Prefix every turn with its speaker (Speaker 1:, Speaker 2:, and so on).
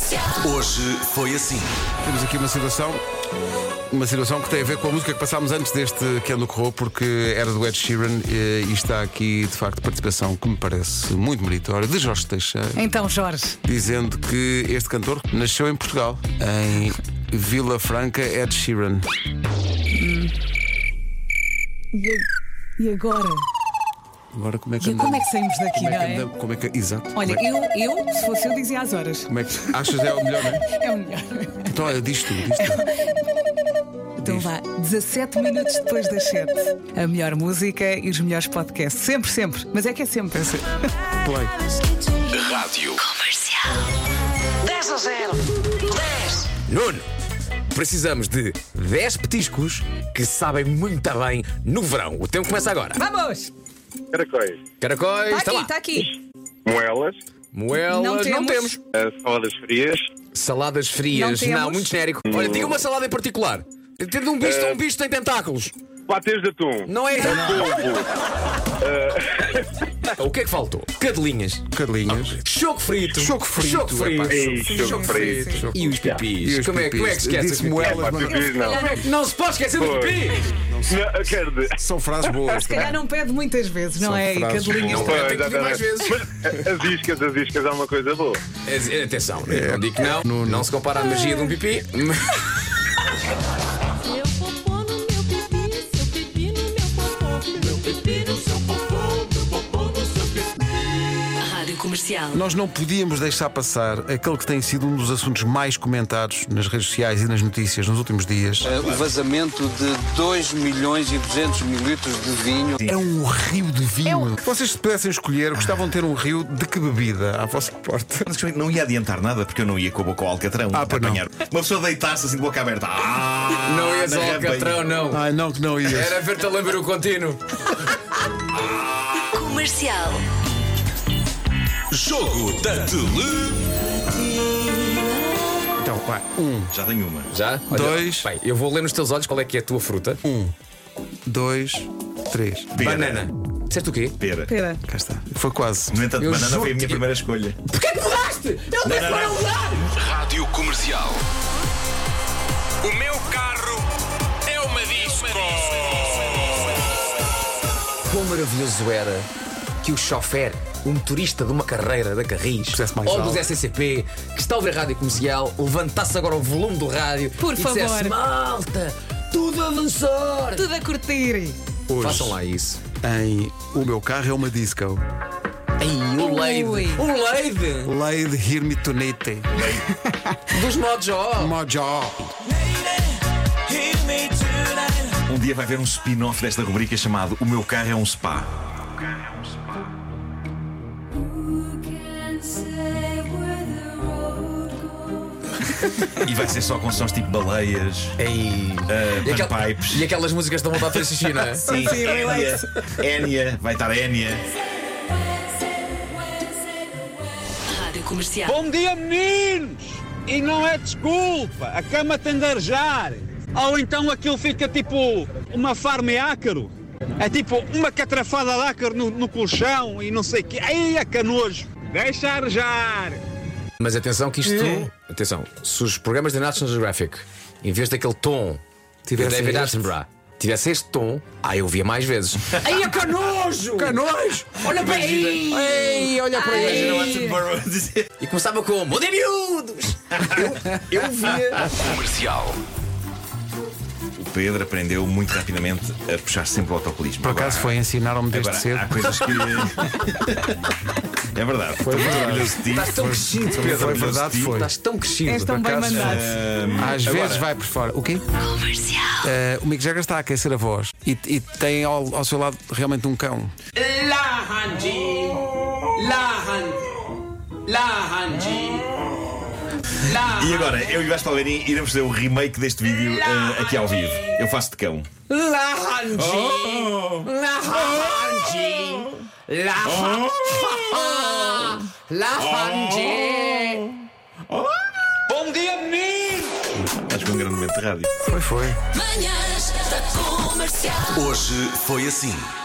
Speaker 1: Hoje foi assim.
Speaker 2: Temos aqui uma situação que tem a ver com a música que passámos antes deste que é no Corro, porque era do Ed Sheeran e está aqui de facto participação que me parece muito meritória de Jorge Teixeira,
Speaker 3: Então, Jorge,
Speaker 2: dizendo que este cantor nasceu em Portugal, em Vila Franca, Ed Sheeran.
Speaker 3: e agora?
Speaker 2: Agora como é que
Speaker 3: E
Speaker 2: andamos?
Speaker 3: como é que saímos daqui,
Speaker 2: Como é
Speaker 3: não
Speaker 2: que
Speaker 3: é?
Speaker 2: andamos? Como é que... Exato.
Speaker 3: Olha,
Speaker 2: Como é que-
Speaker 3: eu, se fosse eu, dizia às horas.
Speaker 2: Como é que achas é o melhor, não é?
Speaker 3: É o melhor.
Speaker 2: Então olha, diz tu.
Speaker 3: Então vá, 17 minutos depois das 7. A melhor música e os melhores podcasts. Sempre, sempre. Mas é que é sempre.
Speaker 2: Play.
Speaker 1: Rádio.
Speaker 4: 10-0. 10.
Speaker 5: Nuno, precisamos de 10 petiscos que sabem muito bem no verão. O tempo começa agora.
Speaker 3: Vamos!
Speaker 6: Caracóis,
Speaker 5: Caracóis,
Speaker 3: Está
Speaker 5: está
Speaker 3: aqui,
Speaker 5: lá.
Speaker 3: está aqui.
Speaker 6: moelas,
Speaker 5: Moelas,
Speaker 3: Não
Speaker 5: não
Speaker 3: temos.
Speaker 5: temos.
Speaker 6: saladas frias,
Speaker 5: Saladas frias,
Speaker 3: Não temos.
Speaker 5: não, muito genérico. Olha, diga uma salada em particular. Tem um bicho tem tentáculos.
Speaker 6: patês de atum,
Speaker 5: Não é? O que é que faltou? Cadelinhas.
Speaker 2: Cadelinhas.
Speaker 5: Choco frito.
Speaker 2: Choco frito,
Speaker 5: Choco frito.
Speaker 2: epá.
Speaker 6: Ei, choco frito.
Speaker 5: E os pipis.
Speaker 2: E os
Speaker 5: Como é que se
Speaker 2: pipis?
Speaker 5: esquece?
Speaker 2: Disse
Speaker 5: os pipis?
Speaker 2: moelas, mas
Speaker 6: pipis não.
Speaker 5: Não se pode esquecer do
Speaker 6: Pois.
Speaker 5: pipi.
Speaker 6: Não, quer dizer,
Speaker 2: são frases boas.
Speaker 3: Se calhar não pede muitas vezes, não
Speaker 2: São
Speaker 3: é? E
Speaker 2: frases
Speaker 3: cadelinhas.
Speaker 2: boas.
Speaker 5: Tem que pedir mais vezes.
Speaker 6: Mas as iscas é uma coisa boa.
Speaker 5: Atenção, não digo que não. Não se compara à magia de um pipi.
Speaker 7: Seu popô no meu pipi, seu pipi no meu popô, meu pipi no seu popô, meu popô no seu pipi.
Speaker 4: Rádio Comercial.
Speaker 2: Nós não podíamos deixar passar aquele que tem sido um dos assuntos mais comentados nas redes sociais e nas notícias nos últimos dias.
Speaker 8: O vazamento de 2 milhões e 200 mil litros de vinho.
Speaker 2: É um rio de vinho. Se vocês pudessem escolher, gostavam de ter um rio de que bebida à vossa porta?
Speaker 9: Mas não ia adiantar nada porque eu não ia com a boca ao alcatrão.
Speaker 2: Ah, pois não.
Speaker 9: apanhar. Uma pessoa deitar-se assim de boca aberta.
Speaker 5: Não ias
Speaker 9: na
Speaker 5: ao
Speaker 9: rampa.
Speaker 5: Alcatrão, não.
Speaker 2: Ai, não, que não ias.
Speaker 5: Era ver-te a lamber o contínuo.
Speaker 4: Comercial.
Speaker 1: Jogo da Tele.
Speaker 2: Então, vai.
Speaker 9: Já tenho uma.
Speaker 5: Já?
Speaker 2: Dois.
Speaker 5: Bem, eu vou ler nos teus olhos qual é que é a tua fruta.
Speaker 2: 2, 3.
Speaker 9: Pera.
Speaker 5: Banana. Disseste o quê?
Speaker 9: Pera.
Speaker 3: Espera.
Speaker 2: Cá está. Foi quase.
Speaker 9: No entanto,
Speaker 5: Eu
Speaker 9: banana foi a
Speaker 5: juro-te
Speaker 9: minha
Speaker 5: que-
Speaker 9: primeira escolha.
Speaker 5: Porquê que mudaste? Eu disse para eu mudar!
Speaker 1: Rádio Comercial. O meu carro é uma disco.
Speaker 5: Quão maravilhoso era que o chofer, o motorista de uma carreira da Carris
Speaker 2: Pusesse mais
Speaker 5: ou
Speaker 2: alto.
Speaker 5: dos SCP, que está a ouvir a rádio comercial, levantasse agora o volume do rádio
Speaker 3: Por
Speaker 5: e dissesse:
Speaker 3: favor.
Speaker 5: malta, tudo a avançar.
Speaker 3: Tudo a curtir.
Speaker 2: Hoje,
Speaker 5: Façam lá isso.
Speaker 2: em O Meu Carro é uma Disco.
Speaker 5: Ei, o Leide.
Speaker 3: Ui.
Speaker 5: O Leide
Speaker 2: Lady Hear Me Tonight.
Speaker 5: dos Mojo.
Speaker 2: Mojo.
Speaker 9: Um dia vai haver um spin-off desta rubrica chamado O Meu Carro é um Spa. E vai ser só com sons tipo baleias,
Speaker 5: Ei.
Speaker 9: panpipes.
Speaker 5: E aquelas músicas da vontade de fazer xixi, não é?
Speaker 9: Sim, Enya, vai estar Enya.
Speaker 4: Rádio Comercial.
Speaker 10: Bom dia, meninos! E não é desculpa, a cama tem de arejar. Ou então aquilo fica tipo uma farm ácaro. É tipo uma catrafada de ácaro no colchão e não sei o quê. Ai, é canojo! Deixa arejar!
Speaker 5: Mas atenção que isto. Atenção, se os programas da National Geographic, em vez daquele tom de
Speaker 2: Tivessem
Speaker 5: David
Speaker 2: este.
Speaker 5: Attenborough, tivesse este tom, eu via mais vezes. Ai, é canojo!
Speaker 2: Canojo!
Speaker 5: Olha para aí! Ei, olha para aí!
Speaker 9: Imagina o Attenborough a dizer.
Speaker 5: E começava com Mudem miúdos! Eu via.
Speaker 1: Comercial.
Speaker 9: O Pedro aprendeu muito rapidamente a puxar sempre o autocolismo.
Speaker 2: Por acaso foi, ensinaram-me desde
Speaker 9: Agora,
Speaker 2: cedo.
Speaker 9: há coisas que. É verdade. Foi orgulhoso de ti.
Speaker 5: Estás tão crescido,
Speaker 9: Estou
Speaker 5: Pedro.
Speaker 9: muito orgulhoso
Speaker 2: Foi verdade,
Speaker 9: de ti.
Speaker 2: foi.
Speaker 5: Estás tão crescido.
Speaker 3: És tão
Speaker 2: por
Speaker 3: bem
Speaker 2: acaso,
Speaker 3: mandado.
Speaker 2: Às
Speaker 9: Agora,
Speaker 2: vezes vai por fora. O quê?
Speaker 4: Comercial.
Speaker 2: O Mick Jagger está a aquecer a voz e tem ao seu lado realmente um cão.
Speaker 9: E agora, eu e o Vasco Palmeirim iremos fazer o remake deste vídeo aqui ao vivo. Eu faço de cão.
Speaker 10: Bom dia, meninos!
Speaker 9: Acho que é um grande momento de rádio.
Speaker 2: Foi.
Speaker 4: Manhãs da Comercial.
Speaker 1: Hoje foi assim.